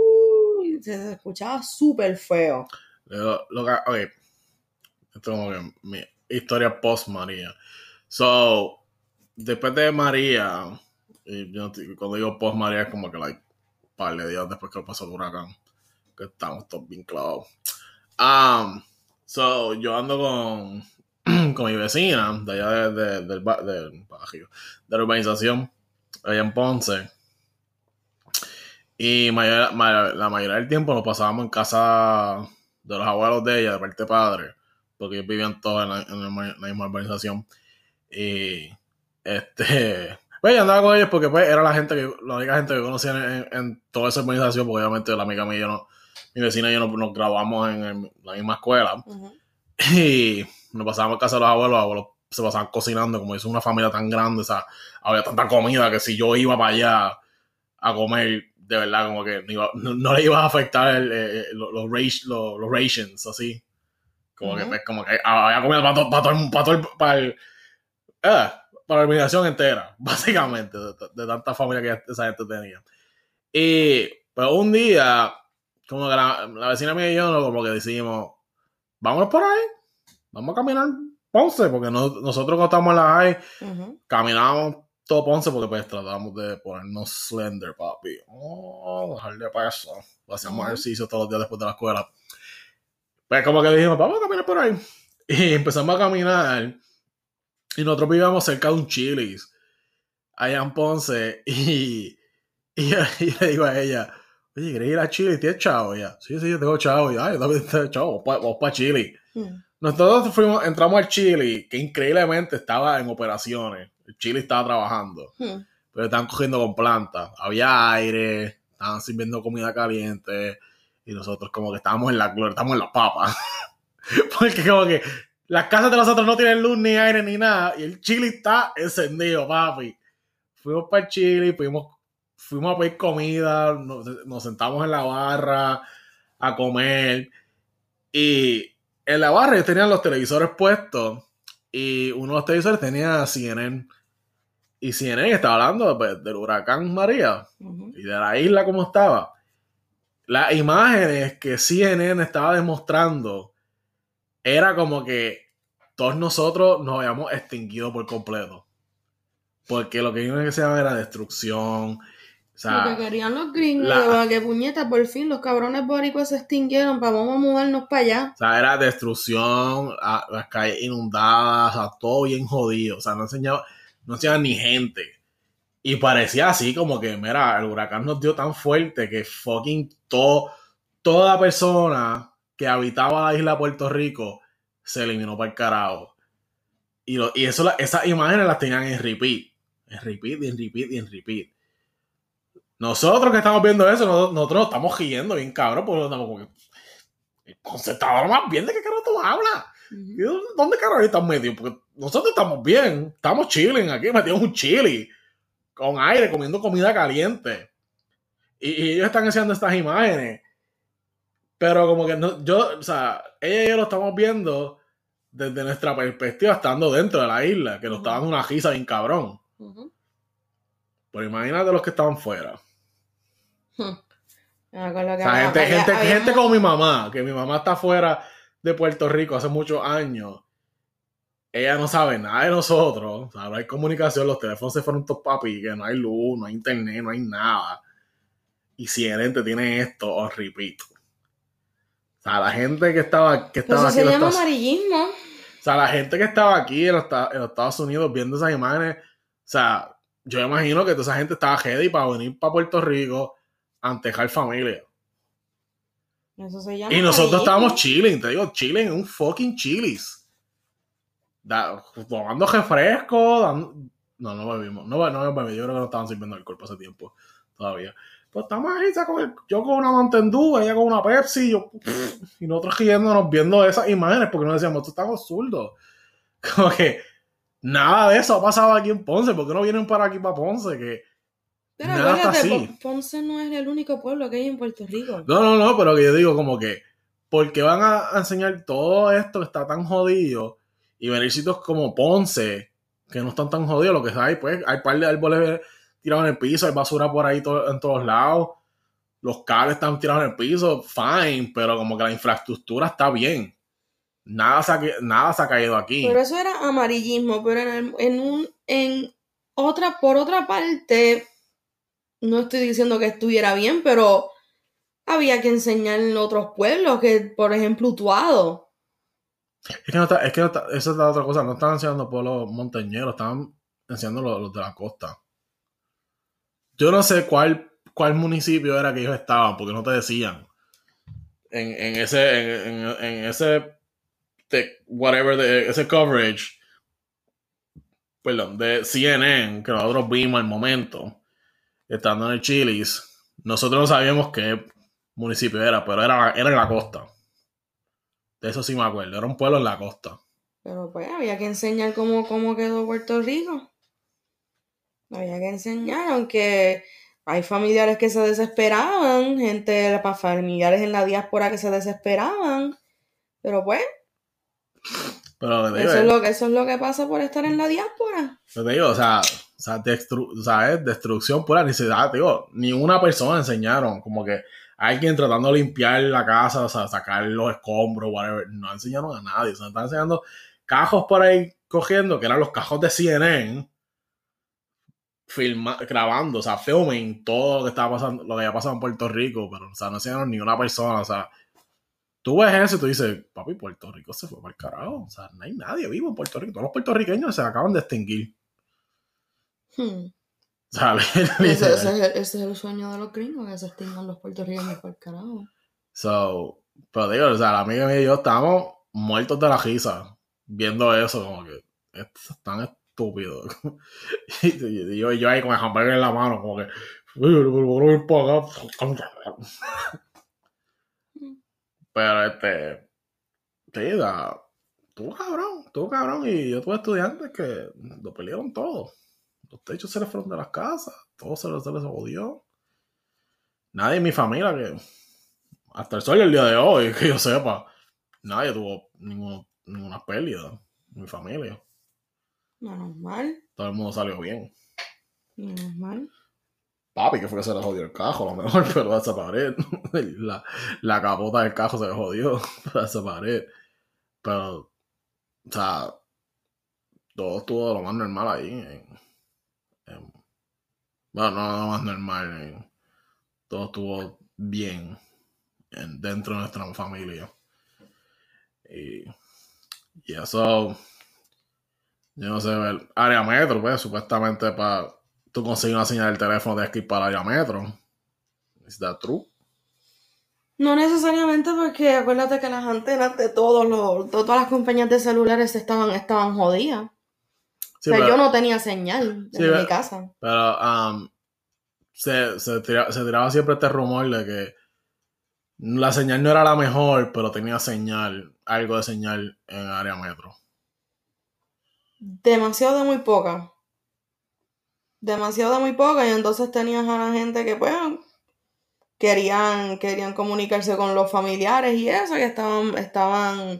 B: se escuchaba súper feo.
A: Ok. Esto es como que mi historia post María. So, después de María, y cuando digo post María es como que un par de días después que pasó el huracán, que estamos todos bien clavados. So, yo ando con mi vecina de allá del barrio, de la urbanización, allá en Ponce. Y la mayoría del tiempo nos pasábamos en casa de los abuelos de ella, de parte padre, porque ellos vivían todos en la misma urbanización. Y Pues yo andaba con ellos porque pues era la única gente que conocía en toda esa organización, porque obviamente la amiga mía y yo no, mi vecina y yo nos graduamos en la misma escuela.
B: Ujú.
A: Y nos pasábamos a casa de los abuelos se pasaban cocinando, como es una familia tan grande, o sea, había tanta comida que si yo iba para allá a comer, de verdad, como que no le iba a afectar los rations, así. Como que,
B: Ujú.
A: pues, como que había comida para la organización entera, básicamente, de tanta familia que esa gente tenía. Y pues un día, como que la vecina mía y yo, como que decimos, vámonos por ahí, vamos a caminar Ponce, porque nosotros cuando estábamos en la high,
B: Ujú.
A: caminábamos todo Ponce, porque pues tratamos de ponernos slender, papi. Oh, dejar de peso. Hacíamos
B: Ujú.
A: ejercicio todos los días después de la escuela. Pues como que dijimos, vamos a caminar por ahí. Y empezamos a caminar. Y nosotros vivíamos cerca de un Chili's, allá en Ponce. Y le digo a ella, oye, ¿querés ir a Chile? ¿Tienes chavo? Y ella, sí, yo tengo chavo. Y yo también tengo chavo, vamos para Chile.
B: Ujú.
A: Nosotros entramos al Chile, que increíblemente estaba en operaciones. El Chile estaba trabajando,
B: Ujú.
A: pero estaban cogiendo con planta. Había aire, estaban sirviendo comida caliente. Y nosotros como que estábamos en la gloria, estábamos en las papas. Porque como que las casas de nosotros no tienen luz, ni aire, ni nada. Y el Chile está encendido, papi. Fuimos para el Chile, fuimos a pedir comida, nos sentamos en la barra a comer. Y en la barra ellos tenían los televisores puestos. Y uno de los televisores tenía CNN. Y CNN estaba hablando pues, del huracán María
B: Ujú.
A: y de la isla como estaba. Las imágenes que CNN estaba demostrando era como que todos nosotros nos habíamos extinguido por completo. Porque lo que iba a ser era destrucción. O
B: Lo que
A: sea,
B: querían los gringos,
A: la,
B: que puñeta, por fin los cabrones boricuas se extinguieron, vamos a mudarnos para allá.
A: o sea, era destrucción, las calles inundadas, o sea, todo bien jodido. O sea, no enseñaba ni gente. Y parecía así como que, mira, el huracán nos dio tan fuerte que fucking toda persona que habitaba la isla de Puerto Rico se eliminó para el carajo. Y esas imágenes las tenían en repeat. En repeat, y en repeat, y en repeat. Nosotros que estamos viendo eso, nosotros nos estamos riendo bien cabrón, porque estamos como que, el concertador más bien, ¿de qué carajo tú hablas?
B: Ujú.
A: ¿Dónde carajo están metidos? Porque nosotros estamos bien, estamos chilling aquí, metidos un chili, con aire, comiendo comida caliente. Y ellos están haciendo estas imágenes. Pero como que no, o sea, ella y yo lo estamos viendo desde nuestra perspectiva, estando dentro de la isla, que nos
B: Ujú.
A: estaban una risa bien cabrón.
B: Ujú.
A: Pero imagínate los que estaban fuera.
B: Me acuerdo
A: O
B: que
A: sea, gente
B: habíamos...
A: como mi mamá, que mi mamá está fuera de Puerto Rico hace muchos años. Ella no sabe nada de nosotros. O sea, no hay comunicación, los teléfonos se fueron todos papi, que no hay luz, no hay internet, no hay nada. Y si el ente tiene esto, os repito. O sea, la gente que
B: Pues
A: estaba
B: eso
A: aquí
B: se llama amarillismo.
A: o sea, la gente que estaba aquí en los Estados Unidos viendo esas imágenes, o sea, yo imagino que toda esa gente estaba ready para venir para Puerto Rico a antejar familia.
B: Eso se llama
A: Y nosotros estábamos
B: amarillismo.
A: chilling, te digo, chilling en un fucking Chili's. Tomando refresco, no bebimos, no bebimos, yo creo que no estaban sirviendo alcohol por ese tiempo todavía. Pues estamos ahí, yo con una Mountain Dew, ella con una Pepsi, y nosotros riéndonos viendo esas imágenes porque nos decíamos, estamos zurdos. Como que nada de eso ha pasado aquí en Ponce, ¿por qué no vienen para aquí para Ponce? Que
B: Pero
A: nada está
B: acuérdate,
A: así.
B: Ponce no es el único pueblo que hay en Puerto Rico.
A: No, pero que yo digo como que, ¿por qué van a enseñar todo esto que está tan jodido y venir sitios como Ponce, que no están tan jodidos? Lo que hay, pues, hay un par de árboles tirados en el piso, hay basura por ahí en todos lados, los cables están tirados en el piso, fine, pero como que la infraestructura está bien. Nada se ha caído aquí.
B: Pero eso era amarillismo, pero por otra parte, no estoy diciendo que estuviera bien, pero había que enseñar en otros pueblos, que por ejemplo Utuado.
A: Esa es la otra cosa, no estaban enseñando pueblos montañeros, estaban enseñando los de la costa. Yo no sé cuál municipio era que ellos estaban, porque no te decían. En ese whatever, ese coverage, perdón, de CNN, que nosotros vimos al momento, estando en el Chili's, nosotros no sabíamos qué municipio era, pero era en la costa. De eso sí me acuerdo, era un pueblo en la costa.
B: Pero pues había que enseñar cómo quedó Puerto Rico. Había que enseñar, aunque hay familiares que se desesperaban, familiares en la diáspora que se desesperaban. Pero pues,
A: Pero te digo,
B: eso es lo que pasa por estar en la diáspora.
A: te digo, o sea es destrucción pura necesidad, te digo, ni una persona enseñaron, como que alguien tratando de limpiar la casa, o sea, sacar los escombros, whatever, no enseñaron a nadie, o sea, están enseñando cajos por ahí cogiendo, que eran los cajos de CNN, grabando, o sea, filming todo lo que estaba pasando, lo que había pasado en Puerto Rico, pero, o sea, no enseñaron ni una persona, o sea, tú ves eso y tú dices, papi, Puerto Rico se fue para el carajo, o sea, no hay nadie vivo en Puerto Rico, todos los puertorriqueños se acaban de extinguir.
B: O
A: sea,
B: ese es el sueño de los gringos, que se extingan los puertorriqueños por el carajo.
A: Pero digo, o sea, la amiga mía y yo estábamos muertos de la risa viendo eso, como que esto es tan estúpido. y yo ahí con el hamburger en la mano, como que, voy a ir para acá. Pero sí, estuvo cabrón, y yo tuve estudiantes que lo pelearon todo. Los techos se les fueron de las casas, todo se les jodió. Nadie en mi familia que hasta el sol del día de hoy, que yo sepa, nadie tuvo ninguna pérdida en mi familia.
B: Menos mal.
A: Todo el mundo salió bien.
B: Menos mal.
A: Papi, que fue que se le jodió el cajo, a lo mejor, pero esa pared, la capota del cajo se le jodió, esa pared. Pero, o sea, todo estuvo de lo más normal ahí. Bueno, no lo más normal. Todo estuvo bien dentro de nuestra familia. Y eso, yo no sé, el área metro, pues, supuestamente para tú conseguir una señal del teléfono tienes que ir para el área metro. ¿Es that true?
B: No necesariamente, porque acuérdate que las antenas de todas las compañías de celulares estaban jodidas.
A: Sí,
B: o sea,
A: pero
B: yo no tenía señal en mi casa.
A: Pero se tiraba siempre este rumor de que la señal no era la mejor, pero tenía algo de señal en área metro.
B: Demasiado de muy poca. Demasiado de muy poca. Y entonces tenías a la gente que, pues, querían comunicarse con los familiares y eso, que estaban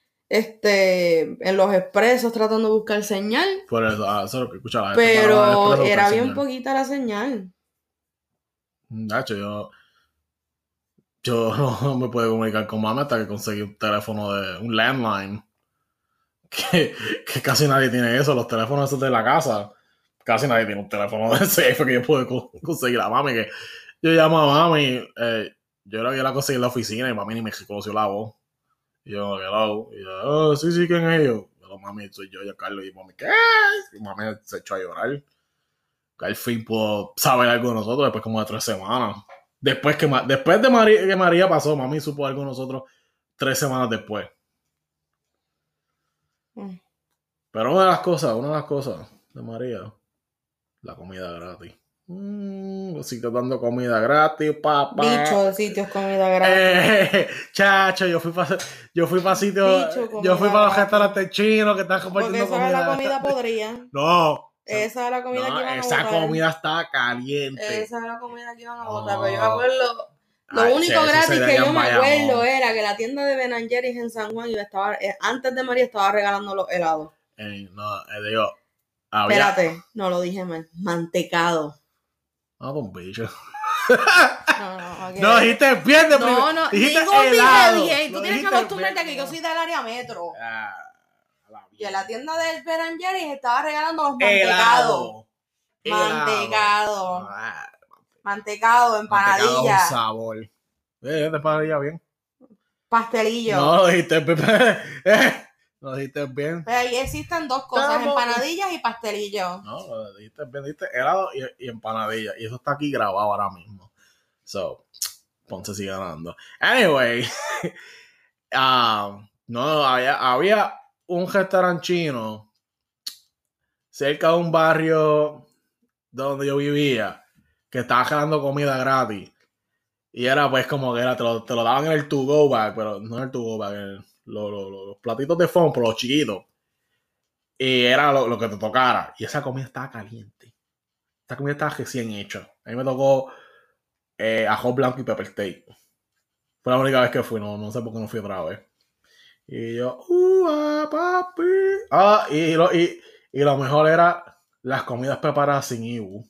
B: en los expresos tratando de buscar señal.
A: Por eso, eso es lo que escuchaba la gente.
B: Pero era bien poquita la señal.
A: De hecho, yo no me puedo comunicar con mamá hasta que conseguí un teléfono un landline. Que casi nadie tiene eso. Los teléfonos esos de la casa, casi nadie tiene un teléfono de ese. Fue que yo pude conseguir a mami. Que yo llamo a mami. Yo creo que yo la conseguí en la oficina y mami ni me reconoció la voz. Y yo, hello. Y yo, sí, ¿quién es ellos? Yo, mami, soy yo, Carlos. Y mami, ¿qué? Y mami se echó a llorar. Que al fin pudo saber algo de nosotros después como de 3 semanas. Después de que María pasó, mami supo algo de nosotros 3 semanas después. Pero una de las cosas de María, la comida gratis. Los sitios dando comida gratis, papá.
B: Bicho, sitios comida gratis.
A: Chacho, yo fui para sitios, yo fui para los restaurantes chinos que están compartiendo
B: comida. Porque esa es la comida podrida.
A: No.
B: Esa es la comida que iban a botar.
A: Esa comida estaba caliente.
B: Esa es la comida que iban a botar, pero yo me acuerdo. Lo único gratis que yo me acuerdo era que la tienda de Ben & Jerry's en San Juan antes de María estaba regalando los helados.
A: Digo,
B: espérate, no lo dije mal. Mantecado.
A: Don bicho.
B: Okay.
A: No, dijiste bien de primero.
B: No,
A: dijiste
B: helado. Bien. Tú tienes que acostumbrarte a que yo soy del área metro. Y en la tienda del Ben & Jerry's estaba regalando los mantecados. Mantecado, empanadilla.
A: Mantecado con sabor. ¿Te empanadilla bien?
B: Pastelillo.
A: No, lo dijiste bien.
B: Pero ahí existen dos cosas, empanadillas y pastelillo.
A: No, lo dijiste bien, dijiste helado y empanadilla. Y eso está aquí grabado ahora mismo. So, Ponce sigue ganando. Anyway, no, había un restaurante chino cerca de un barrio donde yo vivía, que estaba jalando comida gratis. Y era pues como que era, te lo daban en el to-go bag, pero no en el to-go bag, los platitos de foam, pero los chiquitos. Y era lo que te tocara. Y esa comida estaba caliente. Esta comida estaba recién hecha. A mí me tocó ajo blanco y pepper steak. Fue la única vez que fui, no sé por qué no fui otra vez. Y yo, papi. Y lo mejor era las comidas preparadas sin Ibu.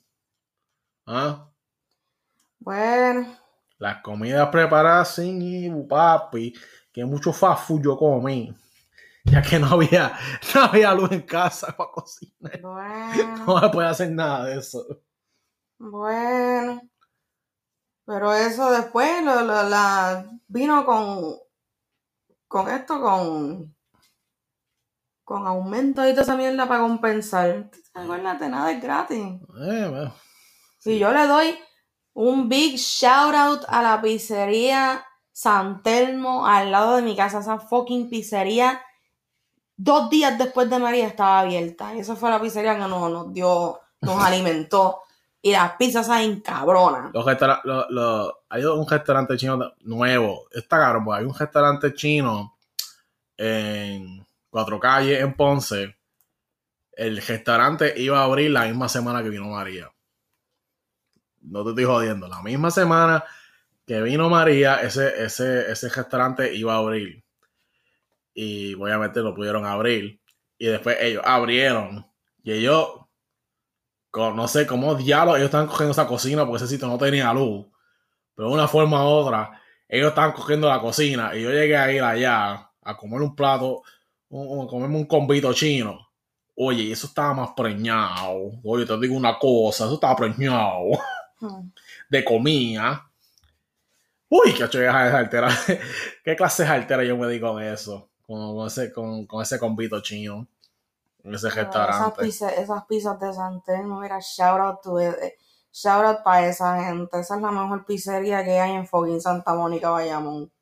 B: Bueno.
A: Las comidas preparadas sin Ibu, papi. Que mucho fast food yo comí. Ya que no había luz en casa para cocinar.
B: Bueno.
A: No se puede hacer nada de eso.
B: Bueno. Pero eso después vino con aumento y toda esa mierda para compensar. Acuérdate, nada es gratis.
A: Bueno,
B: sí. Y yo le doy un big shout out a la pizzería San Telmo al lado de mi casa. Esa fucking pizzería 2 días después de María estaba abierta. Y esa fue la pizzería que nos alimentó. Y las pizzas saben cabronas.
A: Hay un restaurante chino nuevo. Está cabrón, pues hay un restaurante chino en 4 Calles, en Ponce. El restaurante iba a abrir la misma semana que vino María. No te estoy jodiendo. La misma semana que vino María, ese restaurante iba a abrir. Y obviamente no pudieron abrir. Y después ellos abrieron. Y ellos, no sé cómo diablos, ellos estaban cogiendo esa cocina porque ese sitio no tenía luz. Pero de una forma u otra, ellos estaban cogiendo la cocina. Y yo llegué a ir allá a comer un plato, a comerme un combito chino. Oye, eso estaba más preñado. Oye, te digo una cosa, eso estaba preñado. De comida. Uy, qué altera. ¿Qué clase de altera yo me di con eso? Con ese combito chino. En ese restaurante.
B: Esas pizzas de San Telmo, mira, shout out para esa gente. Esa es la mejor pizzería que hay en fucking Santa Mónica, Bayamón.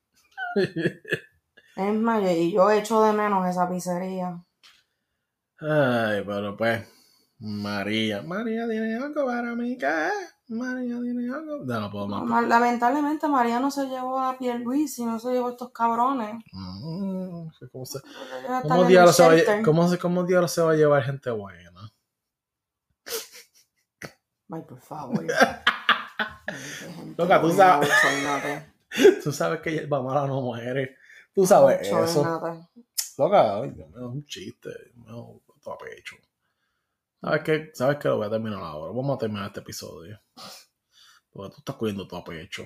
B: Es más, y yo echo de menos esa pizzería.
A: Ay, pero pues, María tiene algo para mí, ¿qué? María tiene algo. No puedo más.
B: No, lamentablemente María no se llevó a Pierluisi, no se llevó a estos cabrones.
A: ¿Cómo diablos se va a llevar gente buena?
B: Ay, por favor.
A: Loca, tú sabes que hierba mala no muere. Tú sabes eso. Loca, ay, Dios mío, es un chiste. Me da todo a pecho. ¿Sabes qué? Lo voy a terminar ahora. Vamos a terminar este episodio. Porque tú estás cogiendo todo a pecho.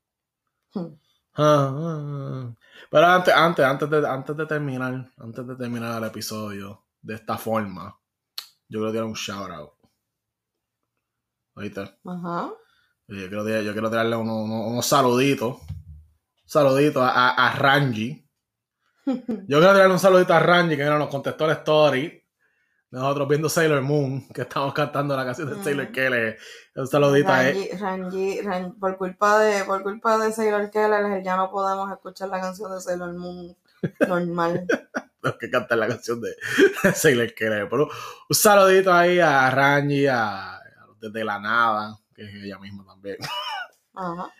A: Pero antes de terminar el episodio de esta forma, yo quiero tirar un shout out. ¿Oíste?
B: Ajá.
A: Yo quiero tirarle unos saluditos. Saluditos a Ranji. Yo quiero tirarle un saludito a Ranji, que nos contestó la story. Nosotros viendo Sailor Moon, que estamos cantando la canción de Sailor Keller. Un saludito a él.
B: Ranji, por culpa de Sailor Keller, ya no podemos escuchar la canción de Sailor Moon normal.
A: Tengo que cantar la canción de Sailor Keller. Pero un saludito ahí a Ranji, desde la nada, que es ella misma también.
B: Ajá.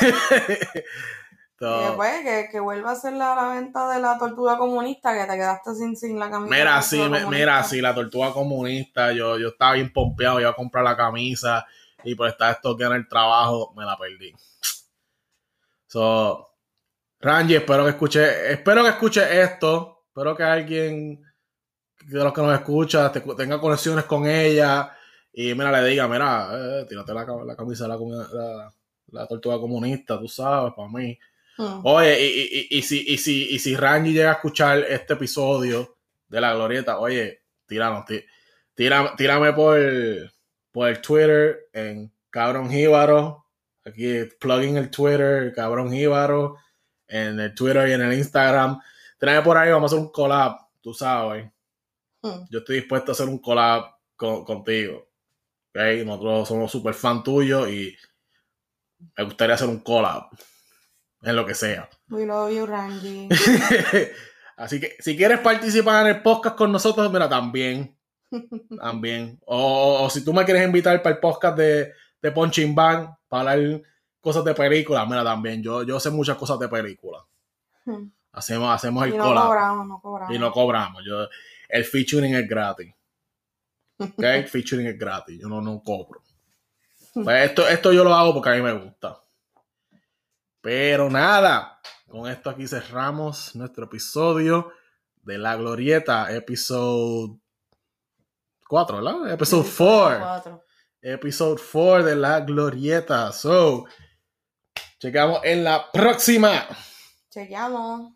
B: Y después que vuelva a hacer la venta de la tortuga comunista, que te quedaste sin la camisa.
A: Mira, sí, la tortuga comunista, yo estaba bien pompeado, iba a comprar la camisa y por estar estoqueando en el trabajo, me la perdí. So, Ranji, espero que escuche esto, espero que alguien de los que nos escucha tenga conexiones con ella y le diga, tírate la camisa de la tortuga comunista, tú sabes, para mí. Oye, y si Ranji llega a escuchar este episodio de La Glorieta, oye, tírame por el Twitter en Cabrón Jíbaro. Aquí plugging el Twitter, Cabrón Jíbaro, en el Twitter y en el Instagram. Tírame por ahí, vamos a hacer un collab, tú sabes. Yo estoy dispuesto a hacer un collab contigo. ¿Okay? Nosotros somos súper fan tuyos y me gustaría hacer un collab. En lo que sea.
B: We love you, Ranji.
A: Así que si quieres participar en el podcast con nosotros, también. También. O si tú me quieres invitar para el podcast de Punching Bang, para hablar cosas de películas, mira, también. Yo sé muchas cosas de películas. Hacemos el collab.
B: No cobramos.
A: Y no cobramos. El featuring es gratis. ¿Ok? El featuring es gratis. Yo no cobro. Pues esto yo lo hago porque a mí me gusta. Pero nada. Con esto aquí cerramos nuestro episodio de La Glorieta. Episodio 4, ¿verdad? Episodio 4. Episodio 4 de La Glorieta. So, checamos en la próxima.
B: Chequeamos.